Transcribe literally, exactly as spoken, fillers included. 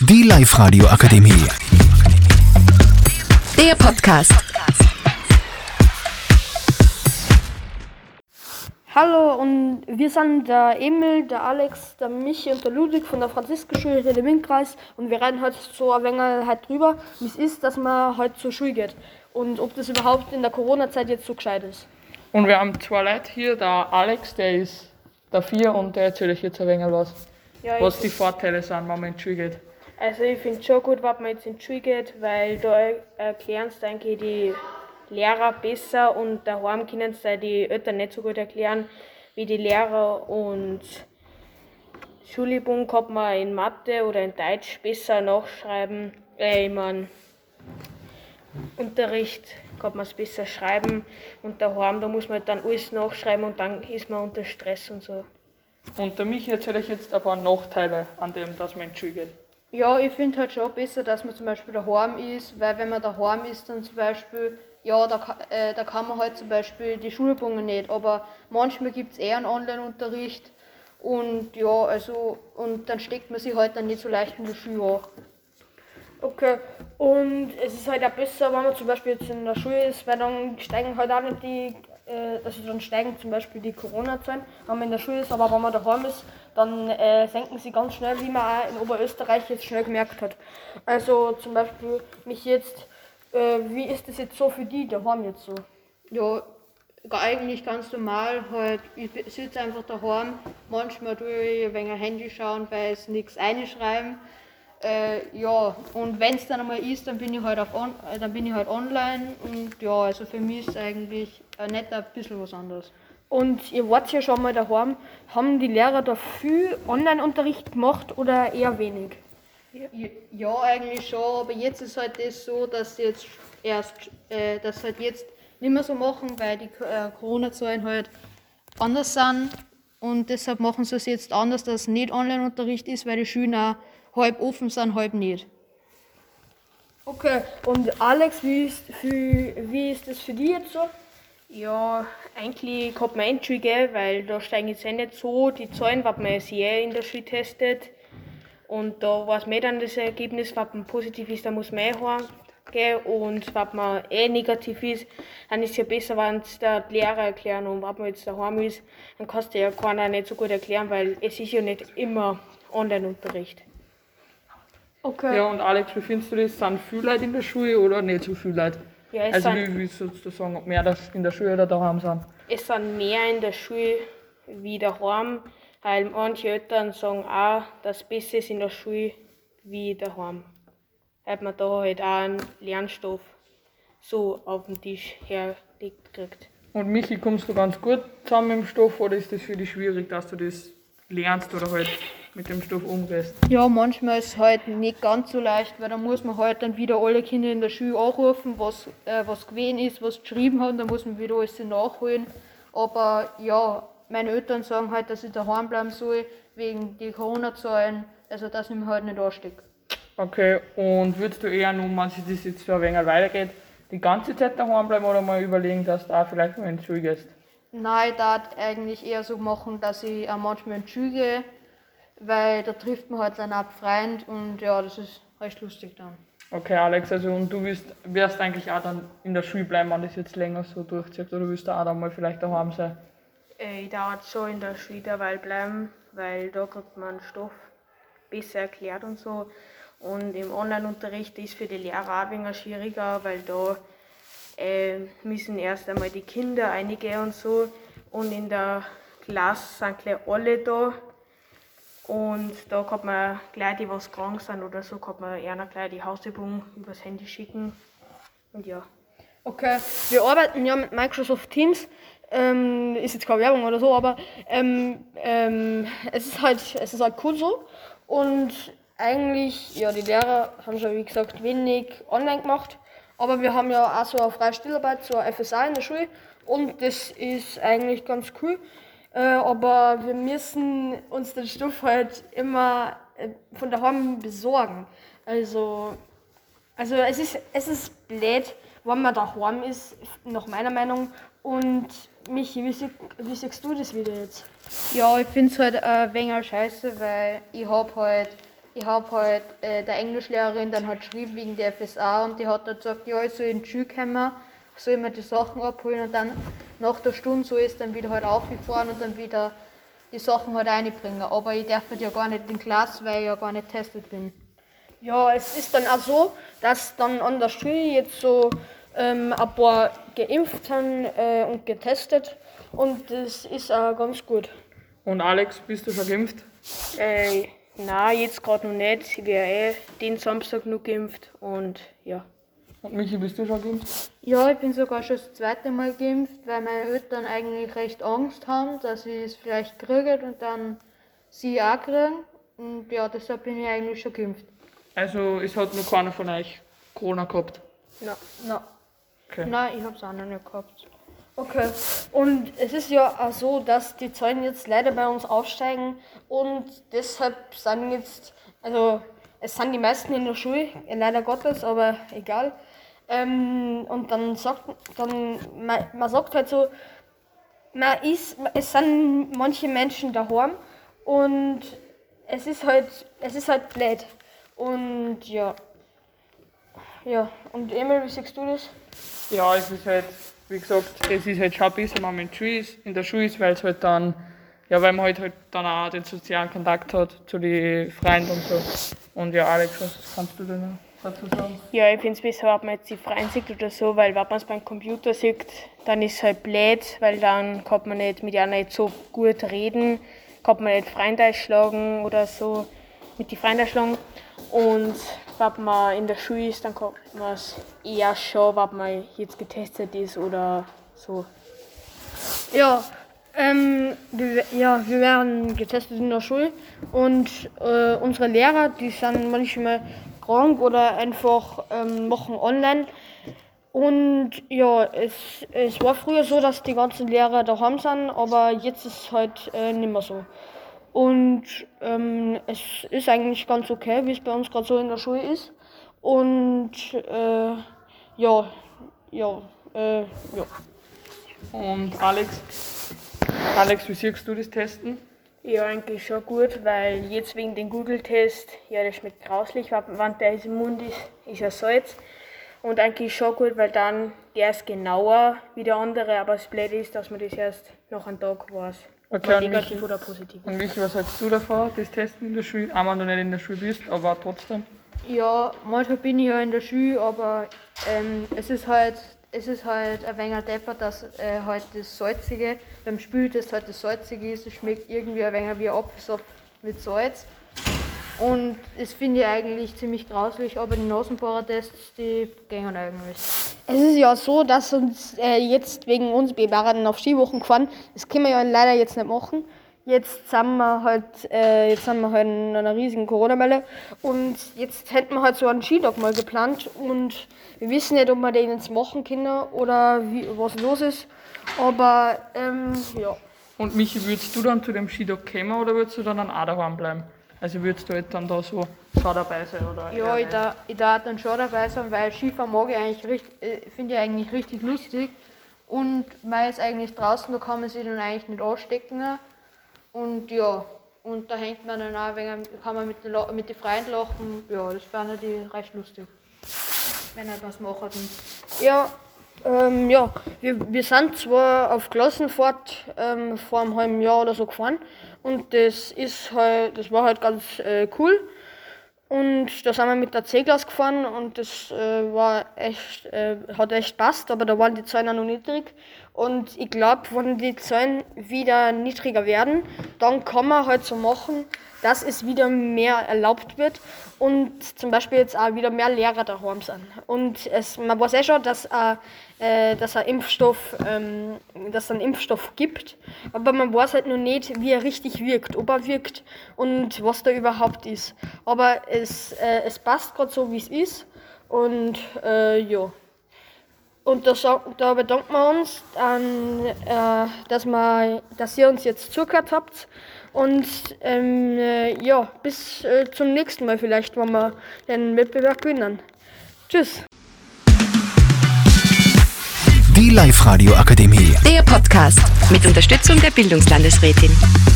Die Live-Radio Akademie. Der Podcast. Hallo, und wir sind der Emil, der Alex, der Michi und der Ludwig von der Franziskusschule hier im Windkreis, und wir reden heute so ein wenig halt drüber, wie es ist, dass man heute zur Schule geht und ob das überhaupt in der Corona-Zeit jetzt so gescheit ist. Und wir haben zwei Leute hier, der Alex, der ist der vier und der erzählt euch jetzt ein wenig was, Ja, was die Vorteile sind, wenn man in die Schule geht. Also ich finde es schon gut, wenn man jetzt in die Schule geht, weil da erklären es, denke ich, die Lehrer besser, und daheim können es die Eltern nicht so gut erklären wie die Lehrer, und Schulübungen kann man in Mathe oder in Deutsch besser nachschreiben, äh, ich mein, Unterricht kann man es besser schreiben, und daheim, da muss man dann alles nachschreiben und dann ist man unter Stress und so. Und der Michi erzählt euch jetzt ein paar Nachteile an dem, dass man in die Schule geht. Ja, ich finde halt schon besser, dass man zum Beispiel daheim ist, weil wenn man daheim ist, dann zum Beispiel, ja, da, ka- äh, da kann man halt zum Beispiel die Schulübungen nicht, aber manchmal gibt es eher einen Online-Unterricht, und ja, also, und dann steckt man sich halt dann nicht so leicht in die Schule an. Okay, und es ist halt auch besser, wenn man zum Beispiel jetzt in der Schule ist, weil dann steigen halt auch nicht die, äh, also dann steigen zum Beispiel die Corona-Zahlen, wenn man in der Schule ist, aber wenn man daheim ist, dann äh, senken sie ganz schnell, wie man auch in Oberösterreich jetzt schnell gemerkt hat. Also zum Beispiel mich jetzt, äh, wie ist das jetzt so für die daheim jetzt so? Ja, eigentlich ganz normal, halt, ich sitze einfach daheim, manchmal tue ich ein wenig Handy schauen, weil es nichts einschreiben. Äh, ja, und wenn es dann einmal ist, dann bin ich halt auf on, äh, dann bin ich halt online, und ja, also für mich ist eigentlich äh, nicht ein bisschen was anderes. Und ihr wart ja schon mal daheim, haben die Lehrer da viel Online-Unterricht gemacht oder eher wenig? Ja, ja, eigentlich schon, aber jetzt ist halt das so, dass sie jetzt erst, äh, dass halt jetzt nicht mehr so machen, weil die äh, Corona-Zahlen halt anders sind, und deshalb machen sie es jetzt anders, dass es nicht Online-Unterricht ist, weil die Schüler halb offen sind, halb nicht. Okay, und Alex, wie ist, für, wie ist das für dich jetzt so? Ja, eigentlich kann man in die Schule gehen, weil da steigen jetzt eh nicht so die Zahlen, was man sich eh in der Schule testet. Und da weiß man dann das Ergebnis, wenn man positiv ist, dann muss man eh heimgehen, und wenn man eh negativ ist, dann ist es ja besser, wenn es der Lehrer erklären, und wenn man jetzt daheim ist, dann kannst du ja keiner nicht so gut erklären, weil es ist ja nicht immer Online-Unterricht. Okay. Ja, und Alex, wie findest du das? Sind viele Leute in der Schule oder nicht so viele Leute? Ja, es Also sind, wie willst du sagen, ob mehr in der Schule oder daheim sind? es sind mehr in der Schule wie daheim, weil manche Eltern sagen auch, dass es besser ist in der Schule wie daheim. Weil man da halt auch einen Lernstoff so auf den Tisch herlegt kriegt. Und Michi, kommst du ganz gut zusammen mit dem Stoff, oder ist das für dich schwierig, dass du das lernst oder halt mit dem Stoff umgehst? Ja, manchmal ist es halt nicht ganz so leicht, weil da muss man halt dann wieder alle Kinder in der Schule anrufen, was, äh, was gewesen ist, was geschrieben haben, dann muss man wieder alles nachholen. Aber ja, meine Eltern sagen halt, dass ich daheim bleiben soll, wegen die Corona-Zahlen, also dass ich mich halt nicht anstecke. Okay, und würdest du eher nur, wenn sich das jetzt so ein wenig weitergeht, die ganze Zeit daheim bleiben oder mal überlegen, dass du auch vielleicht mal in die Schule gehst? Nein, ich darf eigentlich eher so machen, dass ich auch manchmal in die Schule gehe, weil da trifft man halt dann auch Freund, und ja, das ist recht lustig dann. Okay, Alex, also und du wirst, wirst eigentlich auch dann in der Schule bleiben, wenn das jetzt länger so durchzieht, oder wirst du auch dann mal vielleicht daheim sein? Äh, Ich darf schon in der Schule derweil bleiben, weil da kriegt man Stoff besser erklärt und so. Und im Online-Unterricht ist für die Lehrer auch ein wenig schwieriger, weil da äh, müssen erst einmal die Kinder reingehen und so. Und in der Klasse sind gleich alle da. Und da kann man gleich, die was krank sind oder so, kann man eher gleich die Hausübung übers Handy schicken. Und ja. Okay, wir arbeiten ja mit Microsoft Teams. Ähm, ist jetzt keine Werbung oder so, aber ähm, ähm, es ist halt, es ist halt cool so. Und eigentlich, ja, die Lehrer haben schon, wie gesagt, wenig online gemacht. Aber wir haben ja auch so eine freie Stillarbeit, so eine F S A in der Schule. Und das ist eigentlich ganz cool. Äh, aber wir müssen uns den Stoff halt immer äh, von daheim besorgen. Also, also es ist, es ist blöd, wenn man daheim ist, nach meiner Meinung. Und Michi, wie, sie, wie siehst du das wieder jetzt? Ja, ich finde es halt ein wenig scheiße, weil ich habe halt ich habe halt äh, der Englischlehrerin dann halt geschrieben wegen der F S A und die hat dann gesagt, ja, ich soll in die Schule kommen, soll ich mir die Sachen abholen und dann nach der Stunde soll ich es dann wieder halt aufgefahren und dann wieder die Sachen halt reinbringen. Aber ich darf halt ja gar nicht in die Klasse, weil ich ja gar nicht getestet bin. Ja, es ist dann auch so, dass dann an der Schule jetzt so ähm, ein paar geimpft sind äh, und getestet und das ist auch ganz gut. Und Alex, bist du schon geimpft? Äh, nein, jetzt gerade noch nicht. Ich werde eh den Samstag noch geimpft und ja. Und Michi, bist du schon geimpft? Ja, ich bin sogar schon das zweite Mal geimpft, weil meine Eltern eigentlich recht Angst haben, dass ich es vielleicht kriege und dann sie auch kriegen. Und ja, deshalb bin ich eigentlich schon geimpft. Also es hat noch keiner von euch Corona gehabt? Na, Na, Okay. nein, ich habe es auch noch nicht gehabt. okay. Und es ist ja auch so, dass die Zahlen jetzt leider bei uns aufsteigen und deshalb sind jetzt, also es sind die meisten in der Schule, leider Gottes, aber egal. Ähm, und dann sagt dann man, man sagt halt so, man ist, es sind manche Menschen daheim und es ist halt, es ist halt blöd. Und ja. Ja, und Emil, wie siehst du das? Ja, es ist halt, wie gesagt, es ist halt schon besser, wenn man in der Schule ist, in der Schule ist, weil es halt dann, ja, weil man halt, halt dann auch den sozialen Kontakt hat zu den Freunden und so. Und ja, Alex, was kannst du denn dazu sagen? Ja, ich finde es besser, wenn man jetzt die Freien sieht oder so, weil wenn man es beim Computer sieht, dann ist es halt blöd, weil dann kann man nicht mit einer nicht so gut reden, kann man nicht Freunde schlagen oder so, mit den Freunden schlagen. Und wenn man in der Schule ist, dann kann man es eher schon, wenn man jetzt getestet ist oder so. Ja, ähm, wir, ja, wir werden getestet in der Schule und äh, unsere Lehrer, die sind manchmal krank oder einfach ähm, machen online. Und ja, es, es war früher so, dass die ganzen Lehrer daheim sind, aber jetzt ist es halt äh, nicht mehr so. Und ähm, es ist eigentlich ganz okay, wie es bei uns gerade so in der Schule ist. Und äh, ja, ja, äh, ja. Und Alex, Alex, wie siehst du das Testen? Ja, eigentlich schon gut, weil jetzt wegen dem Google-Test, ja, der schmeckt grauslich, wenn der im Mund ist, ist er Salz. Und eigentlich schon gut, weil dann der ist genauer wie der andere, aber das Blöde ist, dass man das erst nach einem Tag weiß. Okay, Ob und negativ Michi, oder positiv. und Michi, was hältst du davon, das Testen in der Schule? Auch wenn du nicht in der Schule bist, aber trotzdem. Ja, manchmal bin ich ja in der Schule, aber ähm, es ist halt, es ist halt ein wenig deppert, dass äh, halt das Salzige, beim Spültest halt das Salzige ist, es schmeckt irgendwie ein wenig wie Apfelsaft mit Salz. Und das finde ich eigentlich ziemlich grauslich, aber die Nasenbohrertests, die gehen eigentlich. Es ist ja so, dass uns äh, jetzt wegen uns, wir waren auf Skiwochen gefahren, das können wir ja leider jetzt nicht machen. Jetzt sind wir halt, äh, jetzt sind wir halt in einer riesigen Corona-Welle und jetzt hätten wir halt so einen Skitag mal geplant und wir wissen nicht, ob wir den jetzt machen können oder wie, was los ist, aber ähm, ja. Und Michi, würdest du dann zu dem Skitag kommen oder würdest du dann auch daheim bleiben? Also würdest du halt dann da so schon dabei sein? Oder Ja, eher ich darf, ich darf dann schon dabei sein, weil Skifahren mag ich eigentlich richtig, äh, finde ich eigentlich richtig lustig. Und man ist eigentlich draußen, da kann man sich dann eigentlich nicht anstecken. Und ja, und da hängt man dann auch, ein wenig, kann man mit den, La- mit den Freunden lachen. Ja, das fand ich recht lustig, wenn er das machen. Ja, ähm, ja, wir, wir sind zwar auf Klassenfahrt ähm, vor einem halben Jahr oder so gefahren und das ist halt, das war halt ganz äh, cool. Und da sind wir mit der C-Klasse gefahren und das äh, war echt, äh, hat echt passt, aber da waren die Zahlen auch noch niedrig. Und ich glaube, wenn die Zahlen wieder niedriger werden, dann kann man halt so machen, dass es wieder mehr erlaubt wird und zum Beispiel jetzt auch wieder mehr Lehrer daheim sind. Und es, man weiß eh schon, dass äh, äh, dass ein Impfstoff, ähm, dass es einen Impfstoff gibt, aber man weiß halt noch nicht, wie er richtig wirkt, ob er wirkt und was da überhaupt ist. Aber es, äh, es passt gerade so, wie es ist und äh, ja. Und da, sag- da bedanken wir uns, an, äh, dass, wir, dass ihr uns jetzt zugehört habt. Und ähm, äh, ja, bis äh, zum nächsten Mal vielleicht, wenn wir den Wettbewerb gewinnen. Tschüss. Die Live-Radio Akademie. Der Podcast mit Unterstützung der Bildungslandesrätin.